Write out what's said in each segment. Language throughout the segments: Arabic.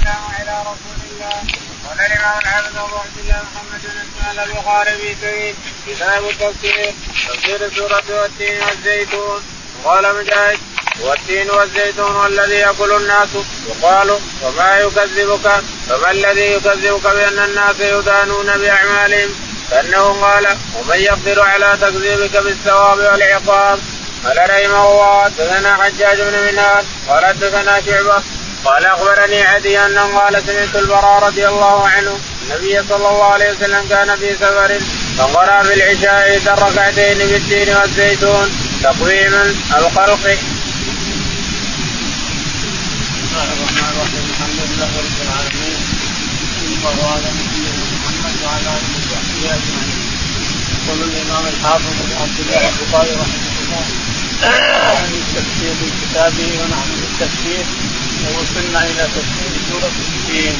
والسلام على رسول الله. قال الإمام الحافظ أبو عبد الله محمد بن إسماعيل البخاري في سعيد كتاب التفسير تفسير سورة والتين والزيتون. قال مجاهد والتين والزيتون والذي يأكل الناس يقال وما يكذبك فما الذي يكذبك بأن الناس يدانون بأعمالهم فإنه قال ومن يقدر على تكذيبك بالثواب والعقاب. قال رحمه الله حدثنا حجاج بن منهال قال حدثنا شعبة قال أخبرني عدي أنه قال سمعت البراء رضي الله عنه النبي صلى الله عليه وسلم كان في سفر فقرأ في العشاء ركعتين بالتين والزيتون تقويما الخلق. الرحمن الرحيم الحمد لله رب العالمين صلى الله على نبينا محمد وعلى آله وصحبه أجمعين. يقول الإمام الحافظ أبو عبد الله البخاري رحمه الله عن التفسير بكتابه ونحن بالتفسير ووصلنا إلى تفسير سورة التين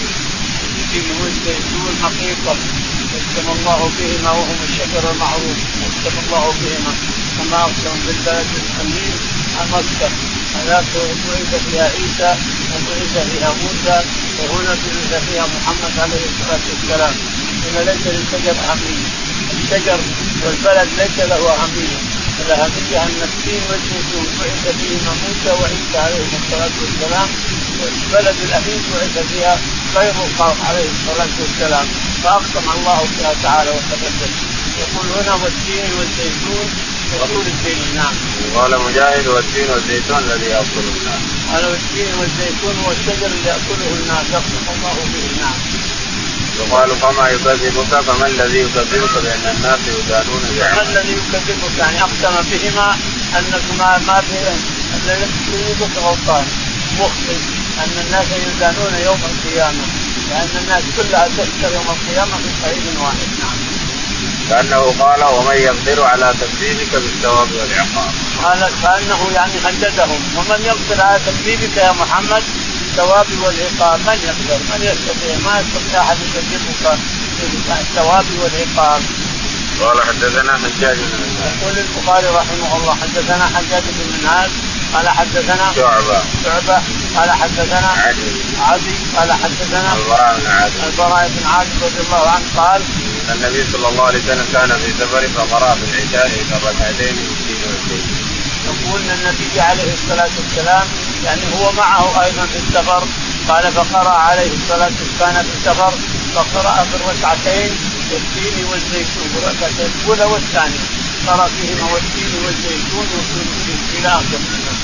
والزيتون حقيقة اقسم الله بهما وهم الشجر المعروف اقسم الله بهما كما أقسم بالبلد الحميد مكة هذاك بعث فيها عيسى وبعث فيها موسى وهنا بعث فيها محمد عليه الصلاة والسلام. هنا ليس للشجر أهمية الشجر والبلد ليس له أهمية الأهمية أن التين والزيتون بعث فيهما موسى وعيسى عليه الصلاة والسلام والبلد الأمين بعث فيها خير الخلق عليه الصلاة والسلام فأقسم الله فيها تعالى وتقدم. يقول هنا والتين والزيتون وطول الدين. نعم. قال مجاهد والتين والزيتون الذي يأكل الناس. قال والتين والزيتون والشجر الذي يأكله الناس يقسم الله به. نعم. يقال فما يكذبك فما الذي يكذبك بأن الناس يدانون بأعمالهم. فما الذي يكذبك يعني أقسم بهما أنك ما في الذي يكذبك غلطان مخطئ أن الناس يدانون يوم القيامة لأن الناس كلها تحشر يوم القيامة في صعيد واحد. نعم. كأنه قال ومن يقدر على تكذيبك بالثواب والعقاب. قال كأنه يعني هددهم ومن يقدر على تكذيبك يا محمد بالثواب والعقاب من يقدر من يستطيع ما يستطيع أحد يكذبك بالثواب والعقاب. قال حدثنا حجاج بن منهال. يقول البخاري رحمه الله حدثنا حجاج بن منهال قال حدثنا شعبة قال حدثنا عدي قال حدثنا البراء بن عازب رضي الله عنه قال النبي صلى الله عليه وسلم كان في سفر فقرأ في العشاء ركعتين بالتين والزيتون. يقول النبي عليه الصلاة والسلام يعني هو معه أيضا في السفر قال فقرأ عليه الصلاة والسلام كان في السفر فقرأ في الركعتين بالتين والزيتون الركعتين الأولى والثانية قرأ فيهما والتين والزيتون إلى آخر.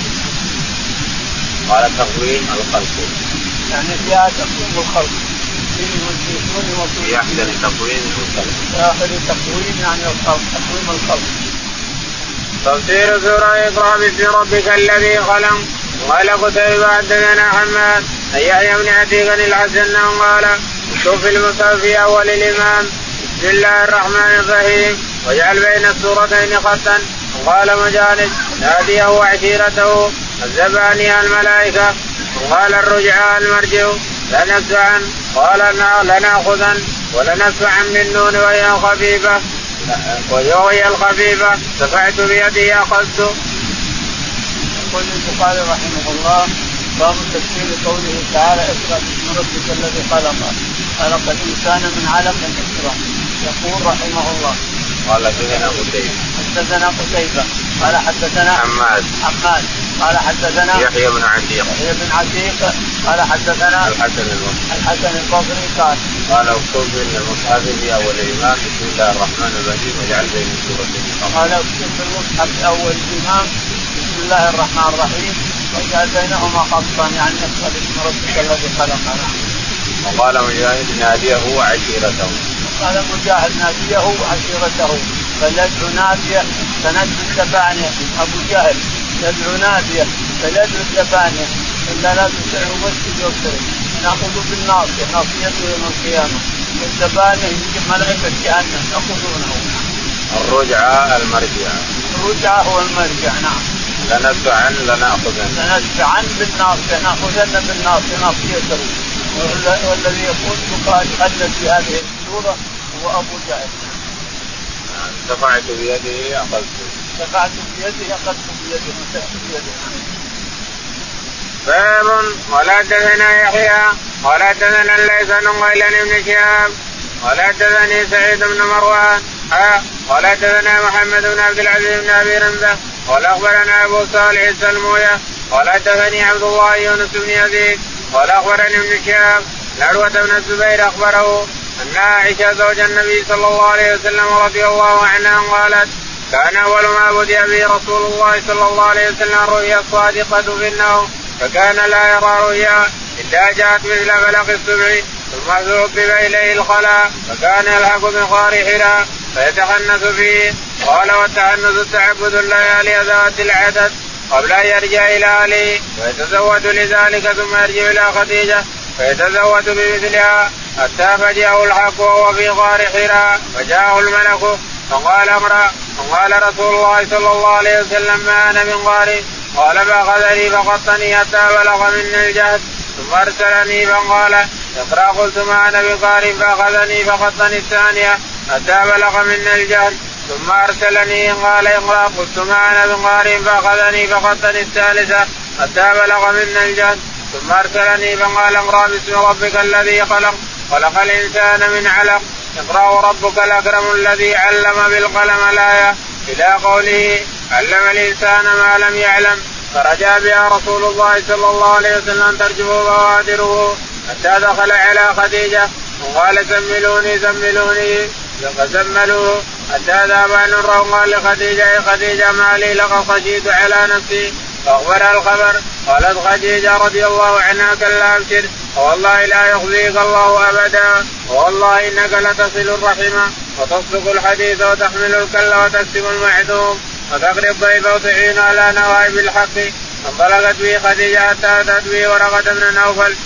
قال تقويم الخلق يعني فيها تقويم الخلق التين والزيتون في أحسن تقويم الخلق آخر تقويم يعني الخلق تقويم الخلق. تفسير سورة اقرأ باسم ربك الذي خلق. قال قتيبة حدثنا حماد عن يحيى بن عتيق الحسن قال شوف المصحف في أول الإمام بسم الله الرحمن الرحيم واجعل بين السورتين خطا. قال مجالس ناديه وعشيرته الزبانية الملائكة. قال الرجعاء المرجع لنسفعا قال لنأخذن ولنسفعا من نون وهي خفيفة وهي الخفيفة دفعت بيدي أخذت. يقول البخاري رحمه الله باب تفسير قوله تعالى اقرأ باسم ربك الذي خلق الإنسان من علق اقرأ. يقول رحمه الله قال حدثنا قتيبة قال حدثنا حماد قال حدثنا يحيى بن عتيق قال حدثنا الحسن البصري قال اكتب بين المصحف في اول الامام بسم الله الرحمن الرحيم واجعل بين السورتين. قال اكتب في المصحف في اول الامام بسم الله الرحمن الرحيم واجعل بينهما خطا يعني اقرأ باسم ربك الذي خلق. وقال مجاهد ناديه وعشيرته. قال مجاهد ناديه وعشيرته فليدعو ناديه فندعو الزبانية. أبو جهل يدعو ناديه فليدعو الزبانية إلا لا تسعه مسجد يكثر نأخذ بالناصية ناصيته يوم القيامة والزبانية يجب ملائكة جهنم يأخذونه. الرجعة هو المرجع. نعم. لنسفعن بالناصية نأخذن بالناصية ناصيته. والذي يقول بقال أدت في هذه السورة هو أبو جهل. دفعت بيده أخذت بيده. باب ولا حدثنا يحيى قال حدثنا الليث بن غيلان بن شهاب قال حدثني سعيد بن مروان قال حدثنا محمد بن عبد العزيز بن ابي رمزه قال اخبرنا ابو صالح السلمويه قال حدثني عبد الله يونس بن يزيد قال اخبرني ابن شهاب عروة بن الزبير اخبره ان عائشة زوج النبي صلى الله عليه وسلم رضي الله عنها قالت كان اول ما بدأ به رسول الله صلى الله عليه وسلم الرؤيا الصادقة في النوم فكان لا يرى رؤيا إلا جاءت مثل فلق الصبح ثم ذهب إليه الخلاء فكان يلحق بغار حراء فيتخنث فيه. قال والتخنث تعبد الليالي ذوات العدد قبل أن يرجع إلى أهله ويتزود لذلك ثم يرجع إلى خديجة فيتزود بمثلها حتى فجاءه الحق وهو في غار حراء فجاءه الملك فقال امرأ فقال رسول الله صلى الله عليه وسلم ما أنا من غاري قال فأخذني فقطني حتى بلغ مني الجهد ثم أرسلني فقال اقرأ قلت ما أنا بغار فأخذني فقطني الثانية حتى بلغ مني الجهد ثم أرسلني قال اقرأ قلت ما أنا بغار فأخذني فقطني الثالثة حتى بلغ مني الجهد ثم أرسلني فقال اقرأ باسم ربك الذي خلق الإنسان من علق اقرأ ربك الأكرم الذي علم بالقلم الآية إلى قوله علم الإنسان ما لم يعلم فرجع بها رسول الله صلى الله عليه وسلم ترجف بوادره حتى دخل على خديجة وقال زملوني فزملوه حتى ذهب عن الروم قال لخديجة خديجة ما لي لقد خشيت على نفسي فأخبرها الخبر قالت خديجة رضي الله عنها كلا أبشر والله لا يخزيك الله أبدا والله إنك لتصل الرحمة وتصدق الحديث وتحمل الكل وتكسب المعدوم وتقري الضيف وتعين على نوائب الحق. فانطلقت به خديجة حتى أتت به ورقة بن نوفل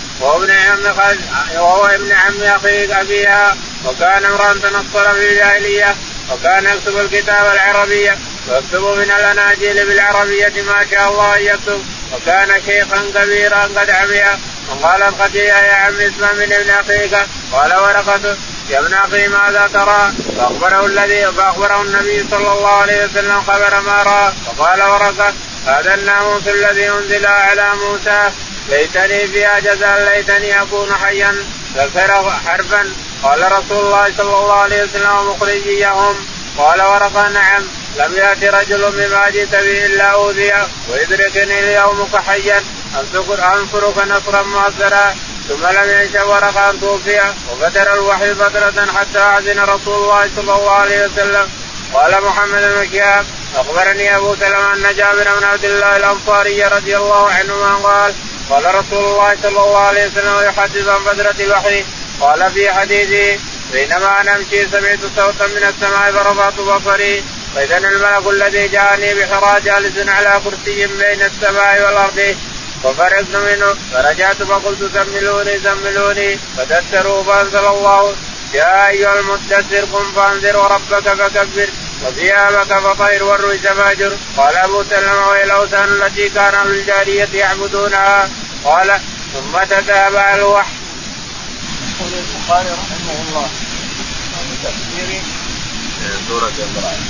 وهو ابن عم أخيه أبيها وكان امرأ تنصر في الجاهلية وكان يكتب الكتاب العربية ويكتب من الأناجيل بالعربية ما شاء الله يكتب وكان شيخا كبيرا قد عمي. وقالت خديجة يا عم اسمع من ابن أخيك قال ورقة يا ابن أخي ماذا ترى فأخبره النبي صلى الله عليه وسلم خبر ما رأى فقال ورقة هذا الناموس الذي أنزل على موسى ليتني فيها جزاء ليتني أكون حيا ذكر حرفا. قال رسول الله صلى الله عليه وسلم مخرجيهم قال ورقة نعم لم يأتي رجل مما جئت به إلا أوذي ويدركني اليوم حيا أنصرك نصرا مؤثرا. ثم لم ينشأ ورقة أن توفي وفتر الوحي فترة حتى أذن رسول الله صلى الله عليه وسلم. قال محمد بن شهاب أخبرني أبو سلمة أن جابر بن عبد الله الأنصاري رضي الله عنهما قال رسول الله صلى الله عليه وسلم يحدث عن فترة الوحي قال في حديثه بينما أنا أمشي سمعت صوتا من السماء فرفعت بصري فإذا الملك الذي جاءني بحراء جالس على كرسي بين السماء والأرض ففرغت منه فرجعت فقلت زملوني فدثروا فأنزل الله يا أيها المدثر قم فأنذر وربك فكبر وثيابك فطهر والرجز فاهجر. قال أبو سلمة وهي الأوثان التي كان للجارية يعبدونها. قال ثم تتابع الوحي. يقول البخاري رحمه الله في تفسير سورة إبراهيم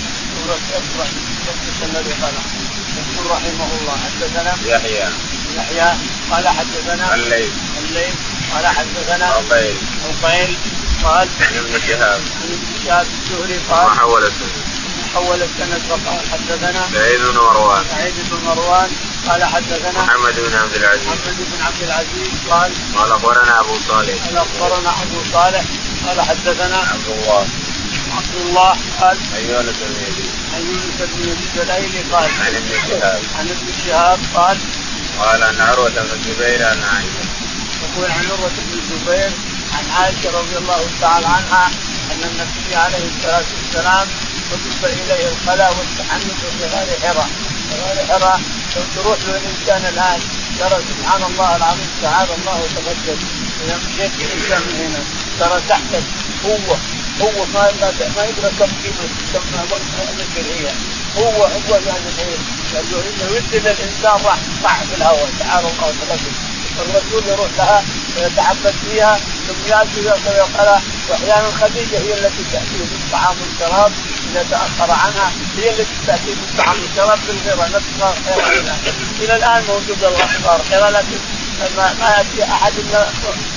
الذي خلق. يقول رحمه الله حدثنا يحيى قال حدثنا الليث قال حدثنا عقيل قال ابن شهاب الزهري قال حول السند فقال حدثنا سعيد بن مروان قال حدثنا محمد بن عبد العزيز قال أخبرنا أبو صالح قال حدثنا عبد الله قال يونس بن يزيد قال عن ابن شهاب قال عن عروة بن الزبير عن عائشة يقول عن عروة بن الزبير عن عائشة رضي الله تعالى عنها أن النبي عليه الصلاة والسلام كتب إليه الخلاء والتحنث في غار حراء لو تروح له الإنسان الآن ترى سبحان الله العظيم تعالى الله وتقدس إذا مشيت الإنسان من هنا ترى تحتك هو ما يدرك كم كيلو كم هي هو يعني لو يدل الإنسان راح في الهواء تعالى الله وتقدس. الرسول يروح لها ويتعبد فيها ثم يأتي ويقرأ. وأحيانا خديجة هي التي تأتي بالطعام والشراب إذا تأخر عنها هي التي تأتي بالطعام والشراب بالغيرة نفسها إلى الآن موجود الغفار لكن ما يأتي أحد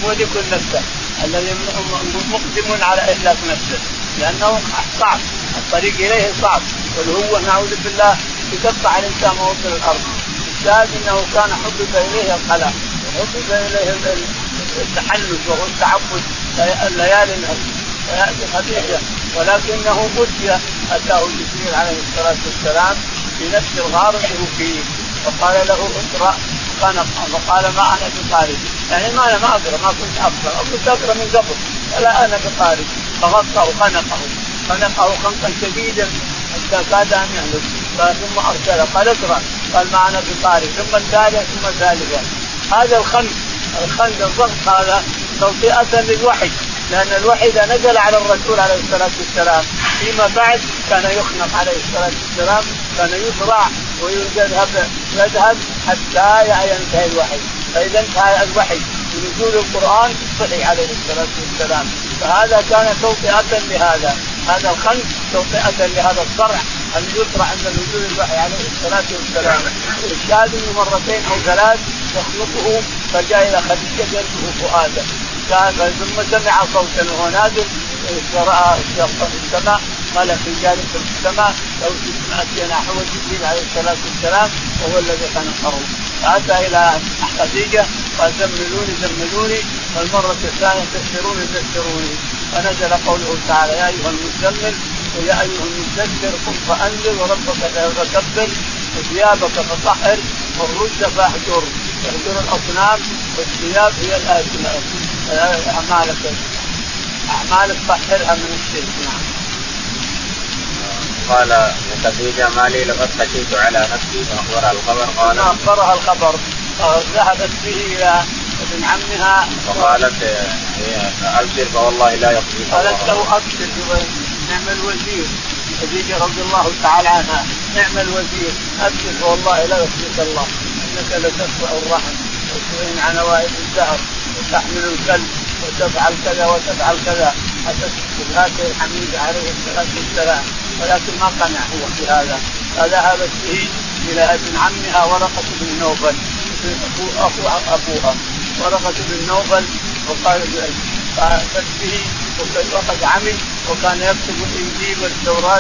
مهلك نفسه، الذي مقدم على إهلاك نفسه، لأنه صعب، الطريق إليه صعب، والهو نعوذ بالله يقطع الإنسان موطن الأرض. الشاهد أنه كان حبب إليه الخلاء وحبب إليه التحلل وهو التعبد الليالي ويأتي خديجة، ولكنه أتاه جبريل عليه الصلاة والسلام في نفس الغار اللي فيه، وقال له اقرأ وقال ما أنا بقارئ، يعني ما أنا ما أقرأ، ما كنت أقرأ، كنت أقرأ من قبل ولا أنا بقارئ. فغطه خنقه خنقا شديدا حتى كاد أن يهلك، ثم أرسله قال اقرأ، قال ما أنا بقارئ، ثم الثالث ثم الثالثة. هذا الخنق الضغط هذا توطئة للوحي، لأن الوحي إذا نزل على الرسول عليه الصلاة والسلام فيما بعد كان يخنق عليه الصلاة والسلام، كان يسرع ويذهب حتى ينتهي الوحي، فإذا انتهى الوحي بنزول القرآن صحي عليه الصلاة والسلام. فهذا كان توطئة لهذا، هذا الخنق توطئة لهذا الصرع أن يسرع عند نزول الوحي عليه الصلاة والسلام. الشاهد مرتين أو ثلاث يخلقه، فجاء إلى خديجة يرجو فؤاده، ثم سمع صوتا وهو نازل رأى السماء ملك جالس في السماء لو تسمع نحو جبريل عليه الصلاة والسلام وهو الذي خلقه. فأتى إلى خديجة قال زملوني، والمرة الثانية تسروني. فنزل قوله تعالى يا أيها المزمل ويا أيها المدثر قم فأنذر وربك فكبر وثيابك فطهر والرجل فاهجر. يهجر الأصنام والثياب هي أعمالك طهرها من الشرك. نعم. قال لخديجة ما لي لقد خشيت على نفسي فأخبرها الخبر. قال أخبرها الخبر، ذهبت به إلى ابن عمها فقالت أبشر فوالله لا يخزيك الله. قالت له أبشر نعم الوزير خديجة رضي الله تعالى عنها، نعم الوزير أبشر فوالله لا يخزيك الله، إنك لتقطع الرحم وتعين عن نوائب الدهر وتحمل الكلب وتفعل كذا وتفعل كذا حتى هذه الحميد عليه الصلاة والسلام. ولكن ما قنع هو بهذا، فذهبت به إلى ابن عمها ورقة بن نوفل أخو أبوها ورقة بن نوفل، وقالت به وقد عمل وكان يكتب الإنجيل والتوراة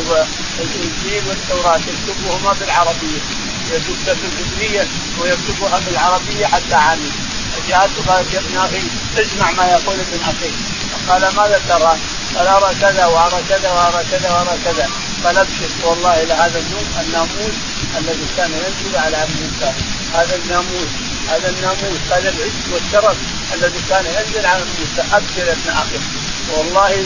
يكتبهما بالعربية، يكتب بالعبرية ويكتبها بالعربية حتى عمل. جاءته قالت يا ابن أخي اسمع ما يقول ابن أخي. قال ماذا ترى؟ قال أرى كذا وأرى كذا وأرى كذا وأرى كذا. قال ابشر والله لهذا الناموس الذي كان ينزل على عبد موسى، هذا الناموس هذا العز والشرف الذي كان ينزل على موسى. أبشر يا ابن أخي والله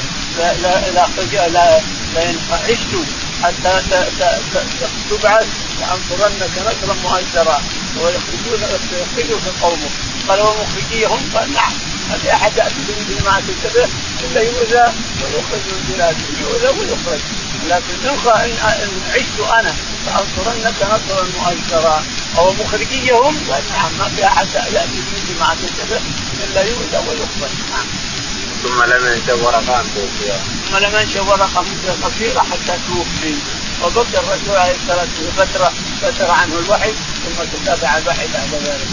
لا عشت حتى تبعث لأنصرنك نصرا مؤزرا ويخرجوك قومك. قال ومخرجيهم؟ قال نعم، هذه أحد يأتي بالجماعة الكبير إلا يؤذى ويخرج من بلاد يؤذى ويخرج، لكن نلقى إن عشت أنا فأنصرنك نصرا مؤزرا أو مخرجيهم. قال نعم، ما في أحد يأتي بالجماعة الكبير إلا يؤذى ويخرج. نعم. ثم لم ينشأ ورقة قصيرة حتى توفي، وبقي الرسول عليه الصلاة والسلام فترة عنه الوحي ثم تتابع الوحي بعد ذلك.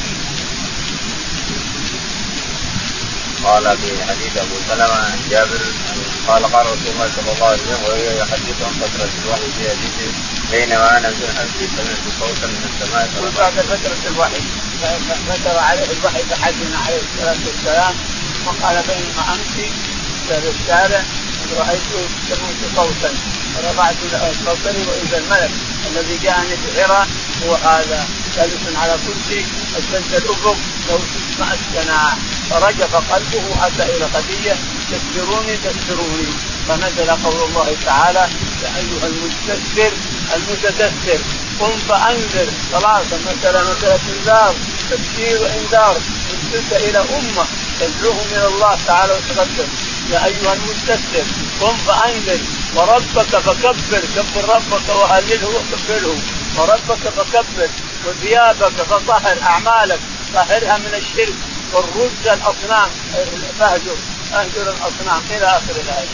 قال في حديث أبو سلمة عن جابر قال رسول الله صلى الله عليه وسلم وهي يحدث عن فترة الوحي في حديثه بينما أنا في حديث سمعت صوتا من السماء. بعد فترة الوحي فترة عليه الوحي فحدثنا عليه الصلاة والسلام وقال بينما أمشي في الشارع رأيت سمعت صوتا فرفعت صوتي وإذا الملك الذي جاءني بحراء هو هذا جالس على كرسي أسفل الأفق لو تسمع السماء. فرجف قلبه أتى إلى خديجة تستروني. فنزل قول الله تعالى يا أيها المتدثر قم فأنذر. خلاص مثلا إنذار تبشير وإنذار ارسلت إلى أمة تدعوهم إلى الله تعالى وتقدم. يا أيها المدثر قم فأنذر وربك فكبر، كبر ربك وهلله وكبره، وربك فكبر وثيابك فطهر أعمالك طهرها من الشرك والرجل الأصنام أهجر الأصنام إلى آخر الآية.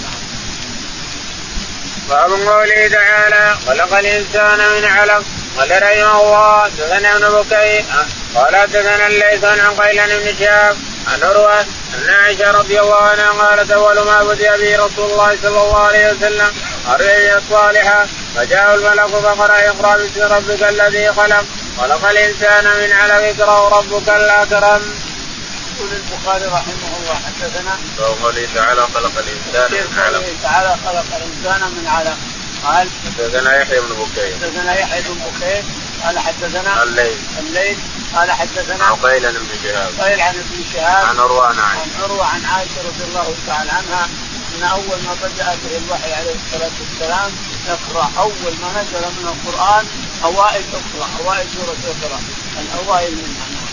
باب قوله تعالى خلق الإنسان من علق. قال رحمه الله حدثنا ابن بكير قال حدثنا الليث عن قيلان بن شهاب عن عروة أن عائشة رضي الله عنها قالت أول ما بدأ به رسول الله صلى الله عليه وسلم الرؤيا الصالحة فجاء الملك فقرأ اقرأ باسم ربك الذي خلق الإنسان من علق اقرأ ربك الأكرم. يقول البخاري رحمه الله حدثنا قوله تعالى خلق الإنسان من علق. تعالى خلق الإنسان من علق. قال حدثنا يحيى بن بكير قال حدثنا الليل قال حدثنا عقيل عن ابن شهاب عن عروة عن عائشة رضي الله تعالى عنها أن أول ما بدأ به الوحي عليه الصلاة والسلام اقرأ. أول ما نزل من القرآن أوائل سورة اقرأ الأوائل منها.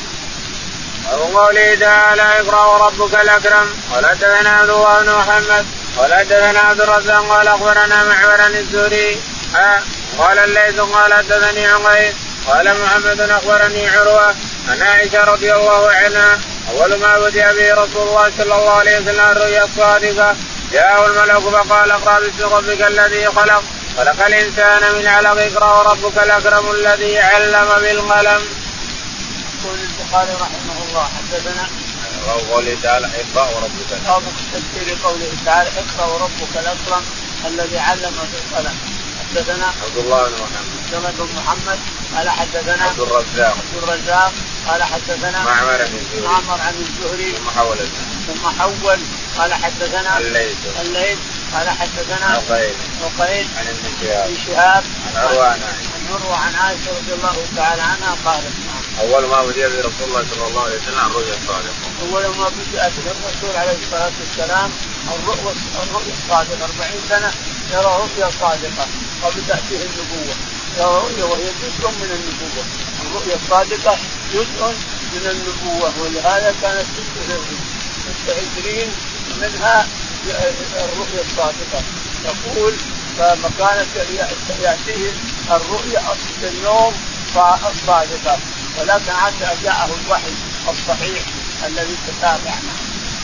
وقوله تعالى اقرأ ربك الأكرم. قال حدثنا عبد الله بن محمد قال حدثنا عبد الرزاق قال أخبرنا معمر عن الزهري قال الليث قال حدثني عقيل قال محمد أخبرني عروة عن عائشة رضي الله عنها أول ما بدأ به رسول الله صلى الله عليه وسلم الرؤيا الصادقة جاءه الملك فقال اقرأ باسم ربك الذي خلق الإنسان من علق اقرأ ربك الأكرم الذي علم بالقلم. يقول البخاري رحمه الله حدثنا قوله تعالى اقرأ وربك باب تفسير قوله تعالى اقرأ وربك الأكرم الذي علم بالقلم. حدثنا عبد الله بن محمد قال حدثنا عبد الرزاق قال حدثنا معمر عن الزهري ثم حول قال حدثنا الليث قال حدثنا عقيل عن ابن شهاب عن عروة عن عائشة رضي الله تعالى عنها قالت أول ما بدأ به رسول الله صلى الله عليه وسلم الرؤيا الصادقة. أول ما بدأ به الرسول عليه الصلاة والسلام الرؤيا الصادقة 40 سنة يرى رؤيا صادقة قبل تأتيه النبوة يرى رؤيا وهي جزء من النبوة. الرؤيا الصادقة جزء من النبوة ولهذا كانت 26 منها الرؤيا الصادقة. يقول فما كانت يأتيه الرؤيا أصل اليوم الصادقة ولكن حتى جاءه الوحي الصحيح الذي تتابعنا.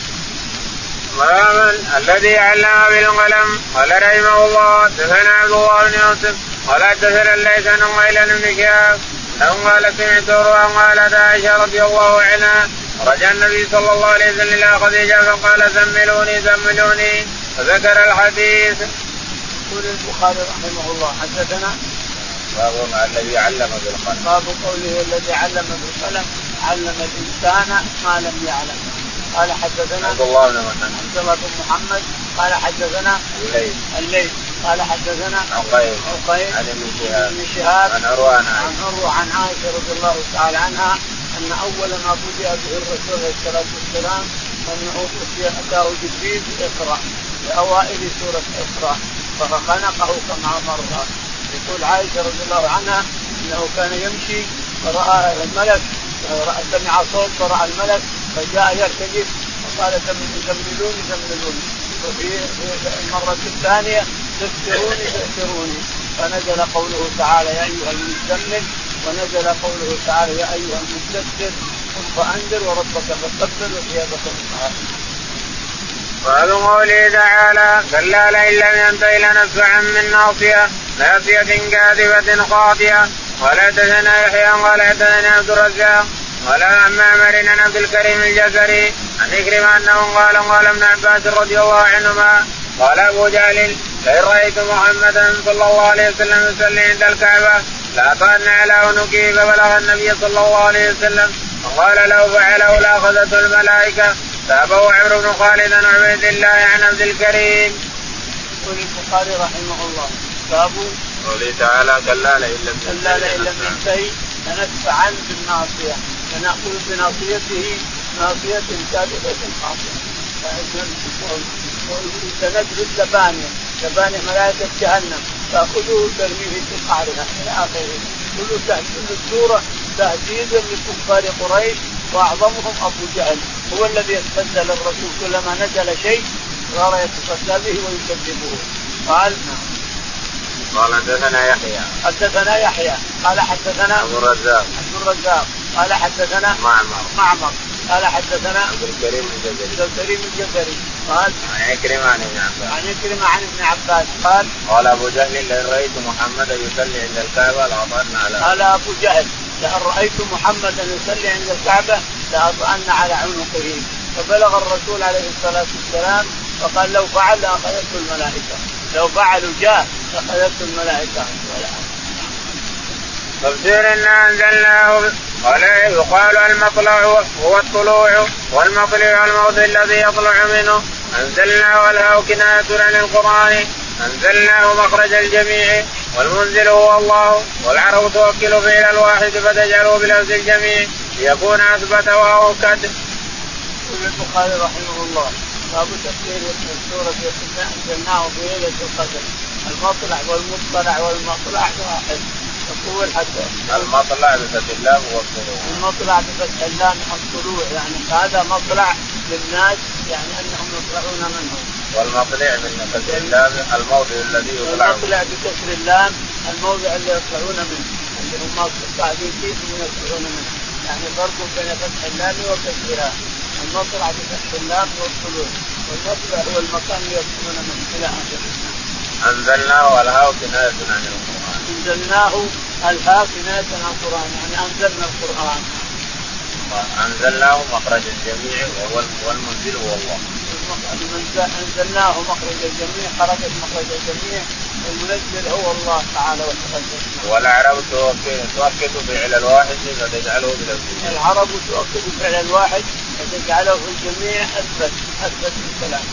الذي علم بالقلم. قال رحمه الله حدثنا عبد الله بن يوسف قال حدثنا الليث عن عقيل بن شهاب انه قال سمعت عروة قالت عائشة رضي الله عنها رجع النبي صلى الله عليه وسلم الى خديجة فقال زملوني فذكر الحديث. يقول البخاري رحمه الله حدثنا باب الذي علم بالقلم. باب قوله الذي علم بالقلم علم الإنسان ما لم يعلم. قال حدثنا عبد الله بن محمد قال حدثنا الليث قال حدثنا عقيل عن ابن شهاب عن عروة عن عائشة رضي الله تعالى عنها أن أول ما بدأ به الرسول عليه الصلاة والسلام أنه أتاه جبريل اقرأ لأوائل سورة اقرأ فخنقه كما مر. يقول عائشة رضي الله عنها أنه كان يمشي فرأى الملك سمع صوت فرأى الملك فجاء يرتجف وقال زملوني وفي المرة الثانية تذكروني فنزل قوله تعالى يا أيها المزمل ونزل قوله تعالى يا أيها المدثر قم فأنذر وربك فكبر وثيابك فطهر. وهذا قوله تعالى كلا لئن لم ينته لنسفعا من ناصية كاذبة خاطئة. قال حدثنا يحيى قال حدثنا عبد الرزاق قال عن معمر عن عبد الكريم الجزري عن عكرمة أنه قال ابن عباس رضي الله عنهما قال أبو جهل لئن رأيت محمدا صلى الله عليه وسلم يصلي عند الكعبة لأطأن على عنقه فبلغ النبي صلى الله عليه وسلم وقال لو فعله لأخذته الملائكة. تابعه عمرو بن خالد عن عبيد الله عن عبد الكريم. يقول البخاري رحمه الله باب قوله تعالى كلا لئن لم ينتهي لنسفعا بالناصية فنأخذ بناصيته ناصية كاذبة خاطئة. سندرس زبانية ملائكة جهنم فأخذوه ترميه في قعرها إلى آخره. كل السورة تهديد لكفار قريش وأعظمهم أبو جهل هو الذي يتصدى للرسول كلما نزل شيء صار يتصدى به ويكذبه. قال حدثنا يحيى قال حدثنا عبد الرزاق قال حدثنا معمر قال حدثنا عبد الكريم الجزري قال عن عكرمة عن ابن عباس قال أبو جهل لئن رأيت محمدا يصلي عند الكعبة لأطأن قال أبو جهل لئن رأيت محمدا يصلي عند الكعبة لأطأن على عنقه فبلغ الرسول عليه الصلاة والسلام فقال لو فعل لأخذته الملائكة، لو فعلوا جاء لأخذته الملائكة. تفسير إنا أنزلناه. قال يقال المطلع هو الطلوع، والمطلع الموضع الذي يطلع منه. أنزلناه والهاء كناية عن القرآن، أنزلناه مخرج الجميع، والمنزل هو الله. والعرب توكل فعل الواحد فتجعله بلفظ الجميع ليكون أثبت وأوكد. يقول البخاري رحمه الله باب تفسير السورة إنا أنزلناه في ليلة القدر. المطلع والمطلع والمطلع واحد. يقول حتى المطلع بفتح اللام والطلوع، المطلع بفتح اللام والطلوع يعني هذا مطلع للناس يعني أنهم يطلعون منه. والمطلع من فتح اللام الموضع الذي يطلع، المطلع بكسر اللام الموضع اللي يطلعون منه، اللي هم قاعدين فيه يطلعون منه، يعني فرق بين فتح اللام وكسرها. المطلع بفتح اللام والطلوع، والمطلع هو المكان اللي يطلعون منه إلى آخره. أنزلناه والهاء كناية عن القرآن. أنزلناه الهاء كناية عن القرآن يعني أنزلنا القرآن. أنزلناه مخرج الجميع والمنزل هو الله. أنزلناه مخرج الجميع، خرجت مخرج الجميع، والمنزل هو الله تعالى وتقدم. والعرب تؤكد فعل الواحد فتجعله بلفظه. العرب تؤكد فعل الواحد فتجعله في الجميع أثبت الكلام.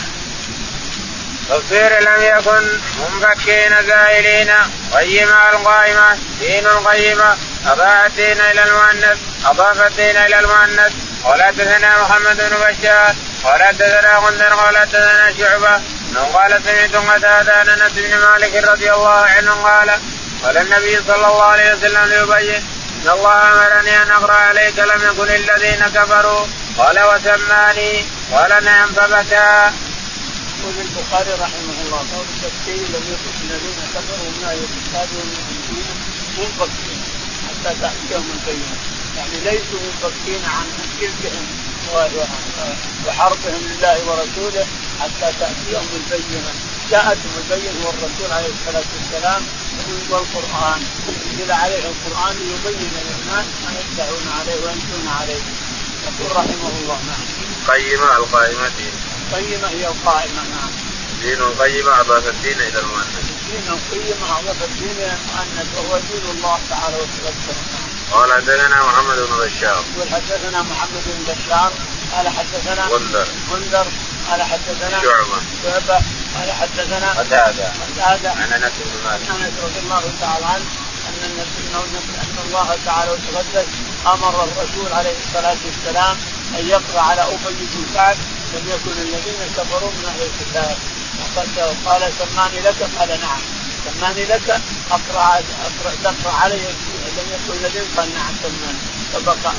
تفسير لم يكن منفكين زائلين قيمة القائمة دين القيمة أضاف الدين إلى المؤنث. قال حدثنا محمد بن بشار قال حدثنا غندر قال حدثنا شعبة قال سمعت قتادة عن أنس بن مالك رضي الله عنه قال النبي صلى الله عليه وسلم ليبين إن الله أمرني أن أقرأ عليك لم يكن الذين كفروا قال وسماني قال نعم فبكى. يقول البخاري رحمه الله قول التفسير لم يكن الذين كفروا من أهل الكتاب والمشركين منفكين حتى تأتيهم البينة، يعني ليسوا منفكين عن شركهم وحربهم لله ورسوله حتى تأتيهم البينة. جاءتهم البينة والرسول عليه الصلاة والسلام والقرآن ينزل عليه القرآن ليبين للناس ما يدعون عليه وينكرون عليه. يقول رحمه الله نعم. قيمة القائمة دين. قيمة هي القائمة نعم. دين القيمة أضاف الدين إلى المؤنث. دين القيمة أضاف الدين إلى المؤنث وهو دين الله تعالى وتقدم. قال حدثنا محمد بن بشار. يقول حدثنا محمد بن بشار قال حدثنا غندر قال حدثنا شعبة قال حدثنا قتادة عن أنس بن مالك أنس رضي الله تعالى عنه أن الله تعالى وتقدس أمر الرسول عليه الصلاة والسلام أن يقرأ على أبي بن كعب لم يكن الذين كفروا من أهل الكتاب. قال سماني لك قال نعم سماني لك أقرأ علي لم يكن الذين قال نعم سماني فبقى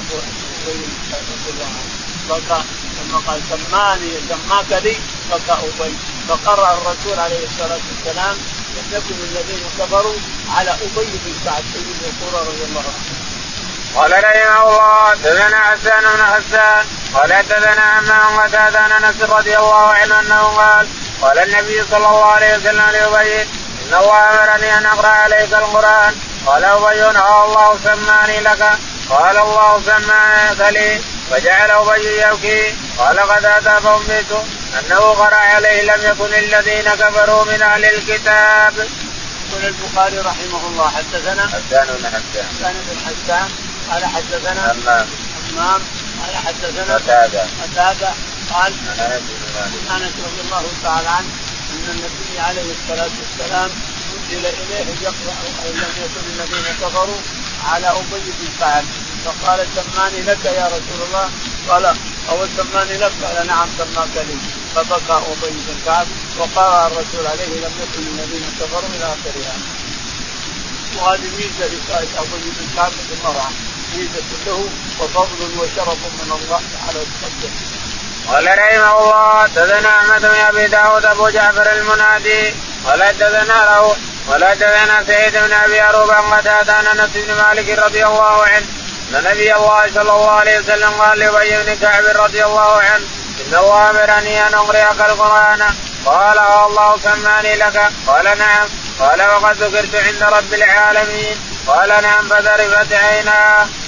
بقى لما قال سماني سماك لي بقى أبي فقرأ الرسول عليه الصلاة والسلام لم يكن الذين كفروا على أبي بن كعب سيد القرى رضي الله عنه. قال رحمه الله حدثنا حسان بن حسان قال حدثنا عمّان قتادة عن أنس رضي الله عنه أنه قال النبي صلى الله عليه وسلم لأبي إن الله أمرني أن أقرأ عليك القرآن قال أبي الله سماني لك قال الله سماني لي فجعل أبي يبكي قال قتادة فأنبئت أنه قرأ عليه لم يكن الذين كفروا من أهل الكتاب. يقول البخاري رحمه الله حدثنا حسان بن حسان قال حدثنا همام قال حدثنا قتادة قال أنس رضي الله تعالى عنه أن النبي عليه الصلاة والسلام أنزل إليه يقرأ لم يكن الذين كفروا على أبي بن كعب فقال سماني لك يا رسول الله قال أو سماني لك قال نعم سماك لي فبكى أبي بن كعب وقرأ الرسول عليه لم يكن الذين كفروا إلى آخرها. وهذه ميزة لقائد أبي بن كعب بالمرأة ميزة له وفضل وشرف من الله تعالى وتقدم. قال رحمه الله حدثنا أحمد بن أبي داود أبو جعفر المنادي قال حدثنا روح قال حدثنا سعيد بن أبي أروبة قتادة عن أنس بن مالك رضي الله عنه أن نبي الله صلى الله عليه وسلم قال لأبي بن كعب رضي الله عنه إن الله أمرني أن أقرأك القرآن قال الله سماني لك قال نعم قال وقد ذكرت عند رب العالمين قال نعم فذرفت عيناه.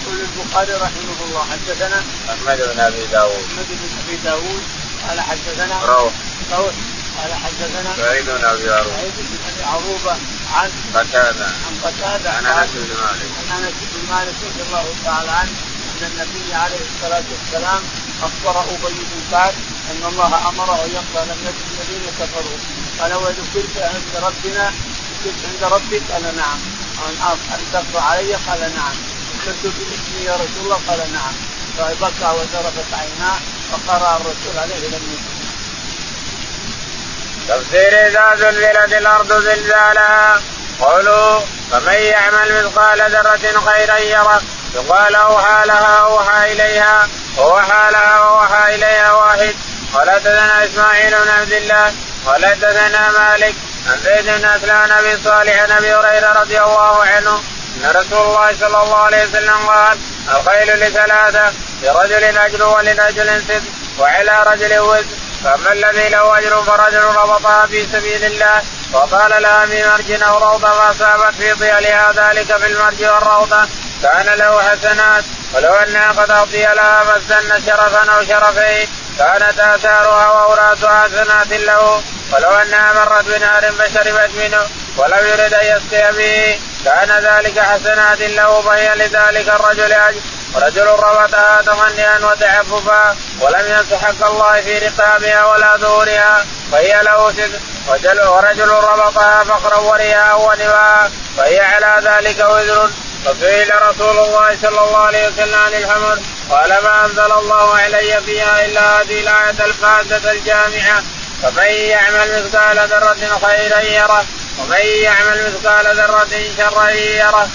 يقول البخاري رحمه الله حدثنا محمد بن ابي داود قال حدثنا روح قال حدثنا سعيد بن ابي عروبه عن قتادة عن انس بن مالك رضي الله تعالى عنه ان النبي عليه الصلاه والسلام اخبر ابي بن كعب ان الله امره ان يقرا لم يكن الذين كفروا قال وذكرت عند ربنا ذكرت عند ربك قال نعم ان تقرا علي قال نعم ذكرت باسمي يا رسول الله قال نعم فبكى وذرفت عيناه فقرأ الرسول عليه لم يكن. تفسير إذا زلزلت الأرض زلزالها. قولوا فمن يعمل مثقال ذرة خيرا يره. يقال أوحى لها أوحى إليها ووحى لها ووحى إليها واحد. قال حدثنا إسماعيل بن عبد الله قال حدثنا مالك عن زيد بن أسلم أبي صالح عن أبي هريرة رضي الله عنه أن رسول الله صلى الله عليه وسلم قال الخيل لثلاثة لرجل أجر ولرجل سد وعلى رجل وزر فأما الذي له أجر فرجل ربطها في سبيل الله وقال لها من مرج أو روضة فأصابت في ظلها ذلك في المرج والروضة كان له حسنات ولو أنها قد أعطي لها فاستنى شرفا أو شرفين كانت آثارها وأوراتها حسنات له ولو أنها مرت بنهر فشربت منه ولم يرد أن يسقي به كان ذلك حسنات له فهي لذلك الرجل أجر. ورجل ربطها تمنيا وتعففا ولم ينس حق الله في رقابها ولا ظهورها فهي له سدر. ورجل ربطها فقرا ورياء ونباها فهي على ذلك وزر. فسئل رسول الله صلى الله عليه وسلم عن الحمر قال ما أنزل الله علي فيها إلا هذه الآية الفاسدة الجامعة فمن يعمل مثقال ذرة خيرا يره ومن يعمل مثقال ذرة شرا يره.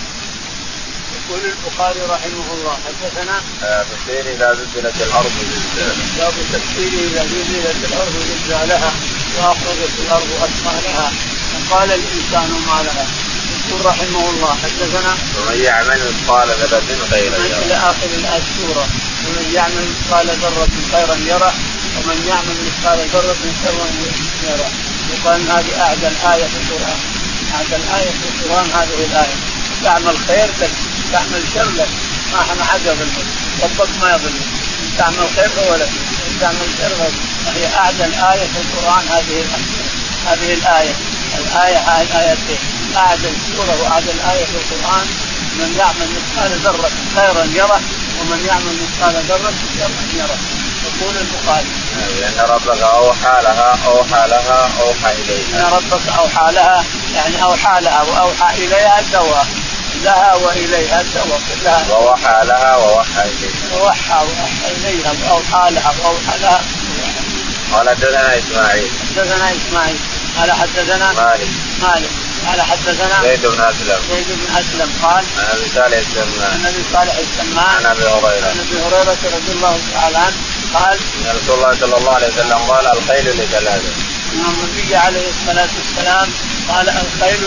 يقول البخاري رحمه الله حدثنا تفسير إذا زلزلت الأرض زلزالها. باب تفسير إذا زلزلت الأرض زلزالها وأخرجت الأرض أثقالها وقال الإنسان ما لها. يقول رحمه الله حدثنا ومن يعمل مثقال ذرة خيرا يره إلى آخر السورة ومن يعمل مثقال ذرة خيرا يره ومن يعمل مثقال ذرة شرا يره. وقال هذه أعدل آية في القرآن أعدل آية في القرآن هذه الآية. تعمل خير لك تعمل شر لك ما حد يظلمك ربك ما يظلمك. تعمل خير هو لك تعمل شر لك. هي أعدل آية في القرآن هذه الآية آيتين أعدل سورة وأعدل آية في القرآن. من يعمل مثقال ذرة خيرا يره ومن يعمل مثقال ذرة شرا يره. يقول البخاري لأن ربك أوحى لها أوحى إليها. إن ربك أوحى لها يعني أوحى لها وأوحى إليها سوا لها وإليها سوا كلها. ووحى لها ووحى إليها. ووحى إليها وأوحى لها وأوحى لها. قال حدثنا إسماعيل قال حدثنا مالك قال حدثنا زيد بن أسلم قال عن أبي صالح السمان عن أبي هريرة رضي الله تعالى عنه قال إن رسول الله صلى الله عليه وسلم قال الخيل لثلاثة. النبي عليه الصلاة والسلام قال الخيل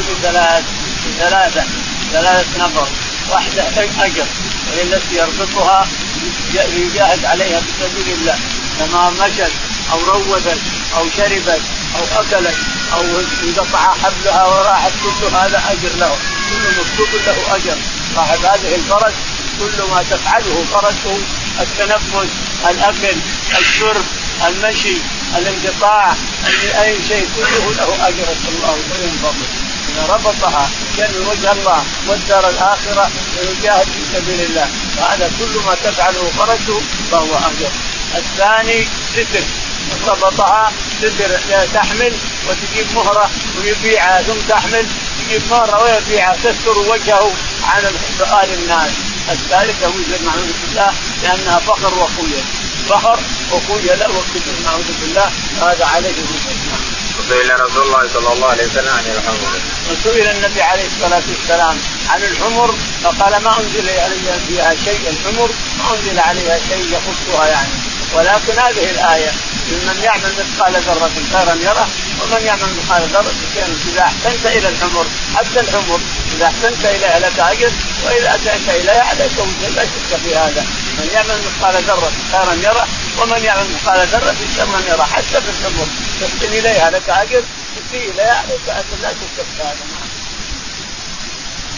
ثلاثة نفر واحدة أجر وهي التي يربطها يجاهد عليها في سبيل الله لما مشت أو روضت أو شربت أو أكلت أو انقطع حبلها وراحت كل هذا أجر له كل مكتوب له أجر. صاحب هذه الفرس كل ما تفعله فرسه التنفس الأكل الشرب المشي الانقطاع أي شيء كله له أجر صلى الله عليه وسلم. إذا ربطها ينوي وجه الله والدار الآخرة ويجاهد في سبيل الله فهذا كل ما تفعله فرسه فهو أجر. الثاني ستر ربطها ستر تحمل وتجيب مهرة ويبيعها ثم تحمل تجيب مهرة ويبيعها تستر وجهه عن سؤال الناس. الثالثة وزر نعوذ بالله لأنها فخر وخوية لا وكبر نعوذ بالله هذا عليه وسلم. وسئل رسول الله صلى الله عليه وسلم عن الحمر. وسئل النبي عليه الصلاة والسلام عن الحمر فقال ما أنزل عليها فيها شيء. الحمر ما أنزل عليها شيء يخصها يعني ولكن هذه الآية من يعمل مثقال ذرة خيرا يره ومن يعمل مثقال ذرة شرا. إذا أحسنت إلى الحمر حتى الحمر إذا أحسنت إليها لك أجر وإذا أسأت إليها عليك وجه لا شك في هذا. من يعمل مثقال ذرة خيرا يره ومن يعمل مثقال ذرة شرا يره. حتى في الحمر تحسن إليها لك أجر تسيء إليها عليك أجر لا شك في هذا.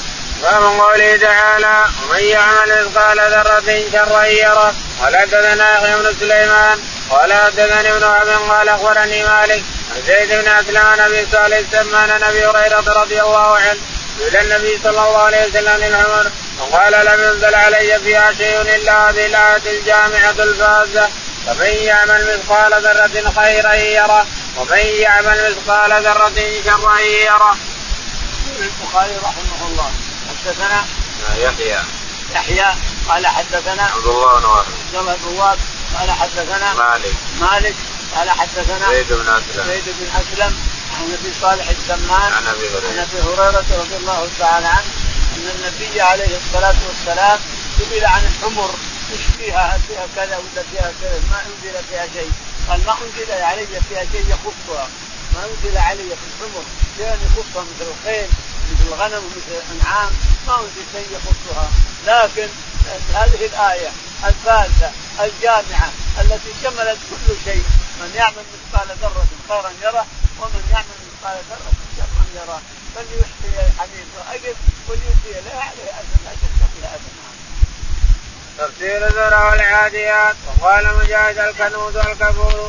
ومن قوله تعالى ومن يعمل مثقال ذرة شرا يره. قال حدثنا يحيى بن سليمان قال حدثني ابن وهب قال اخبرني مالك عن زيد بن اسلم عن ابي صالح السمان عن ابي هريرة رضي الله عنه الى النبي صلى الله عليه وسلم العمر وقال لم ينزل علي فيها شيء الا هذه الايه الجامعة الفازة فمن يعمل مثقال ذرة خيرا يره ومن يعمل مثقال ذرة شرا يره. البخاري رحمه الله حدثنا يحيى قال حدثنا عبد الله بن وهب قال حدثنا مالك قال حدثنا زيد بن أسلم عن ابي صالح السمان عن ابي هريرة رضي الله تعالى عنه ان النبي عليه الصلاة والسلام سئل عن الحمر ايش فيها كذا ولا فيها كذا ما انزل فيها شيء قال ما انزل علي فيها شيء يخصها ما انزل علي في الحمر شيء يخصها مثل الخيل مثل الغنم مثل الانعام ما انزل شيء يخصها لكن هذه الآية الفاذة الجامعة التي شملت كل شيء من يعمل مثقال ذرة خيرا يره ومن يعمل مثقال ذرة شرا يره فليحصي الحديث وأجب وليؤتي له عليه أجر لا شك فيها أبدا. تفسير الذرة والعاديات. وقال مجاهد الكنوز والكفور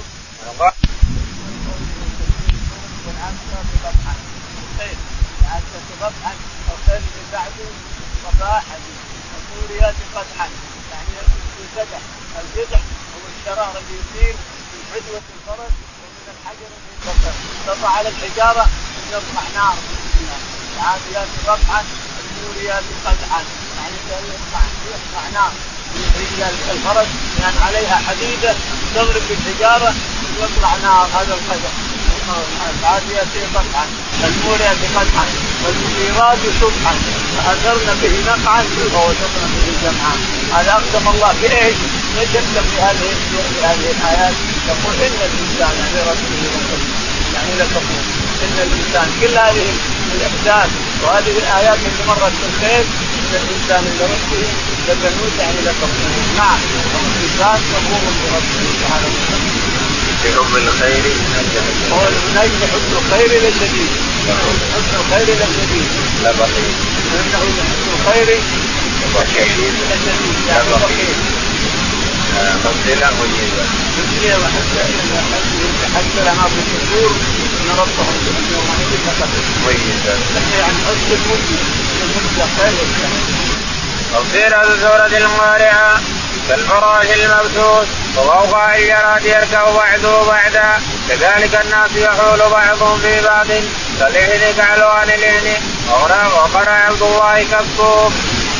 قطعا الخير من بعده صباحا والموريات قطعا يعني الجدح هو الشرار اللي يصير من حدوة الفرس ومن الحجر من البصر تضع على الحجارة يطلع نار العاديات قطعا الموريات قطعا يعني يطلع نار رجال الفرس يعني عليها حديدة تضرب بالحجارة ويطلع نار هذا القدر. العاديات قطعا الموريات قطعا والمغيرات صبحا فأثرن به نقعا ووسطن به جمعا. هذا أقسم الله بإيش؟ يتكلم في هذه الآيات يقول إن الإنسان لربه لكنود يعني لكنود إن الإنسان كل هذه الأحداث وهذه الآيات التي مرت في الخير إن الإنسان لربه لكنود يعني لكنود. نعم الإنسان مأمور بربه سبحانه وتعالى حب الخير من أجل حب الخير لشديد حب الخير لشديد لا بخيل إنه حب الخير لشديد لا بخيل مبتلى مجيبا حتى لما في الشهور ان ربهم يومئذ مجيبا يعني حب المجد خير. تفسير سورة القارعة كالفراش المبثوث وفوقها الجراد يركب بعضه بعدا كذلك الناس يحول بعضهم في بعض كالإهن كألوان الإهن وقرأ عبد الله كالصوف.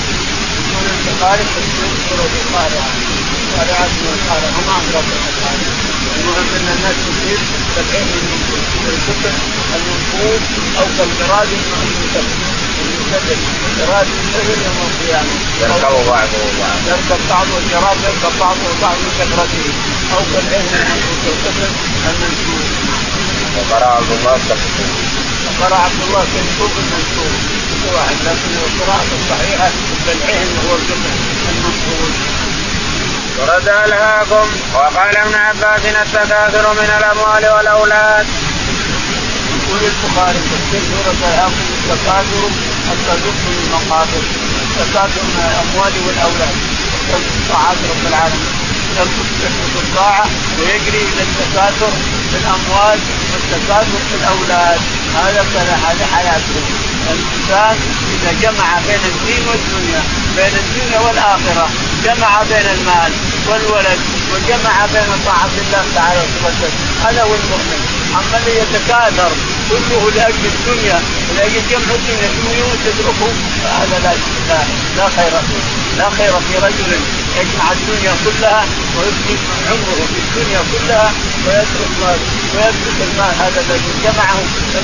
المهم ان الناس تصير كالإهن الكتب المنفوذ او كالجراد المنفوذ الجراد المنفوذ يوم القيامة يركب بعضه بعض يركب بعضه الجراد يركب بعضه بعض من كثرته او كالإهن الكتب المنفوذ. وقرأ عبد الله كالصوف وقرأ عبد الله كالصوف المنفوذ واحد لكن القراءة الصحيحة كالإهن هو الكتب المنفوذ. ورد ألهاكم. وقال ابن عباس التكاثر من الأموال والأولاد. يقول البخاري تفسير سورة ألهاكم التكاثر من المقابر التكاثر من الأموال والأولاد طاعات رب العالمين يمسك الطاعة ويجري إلى التكاثر في الأموال والتكاثر في الأولاد. هذا حياته. الإنسان إذا جمع بين الدين والدنيا بين الدنيا والآخرة جمع بين المال والولد وجمع بين طاعة الله تعالى وتوكل هذا هو المؤمن. أما اللي يتكاثر كله لأجل الدنيا ولأجل جمع الدنيا يتركه هذا لا خير فيه. لا خير في رجل يجمع الدنيا كلها ويبقي عمره في الدنيا كلها ويترك المال هذا الذي جمعه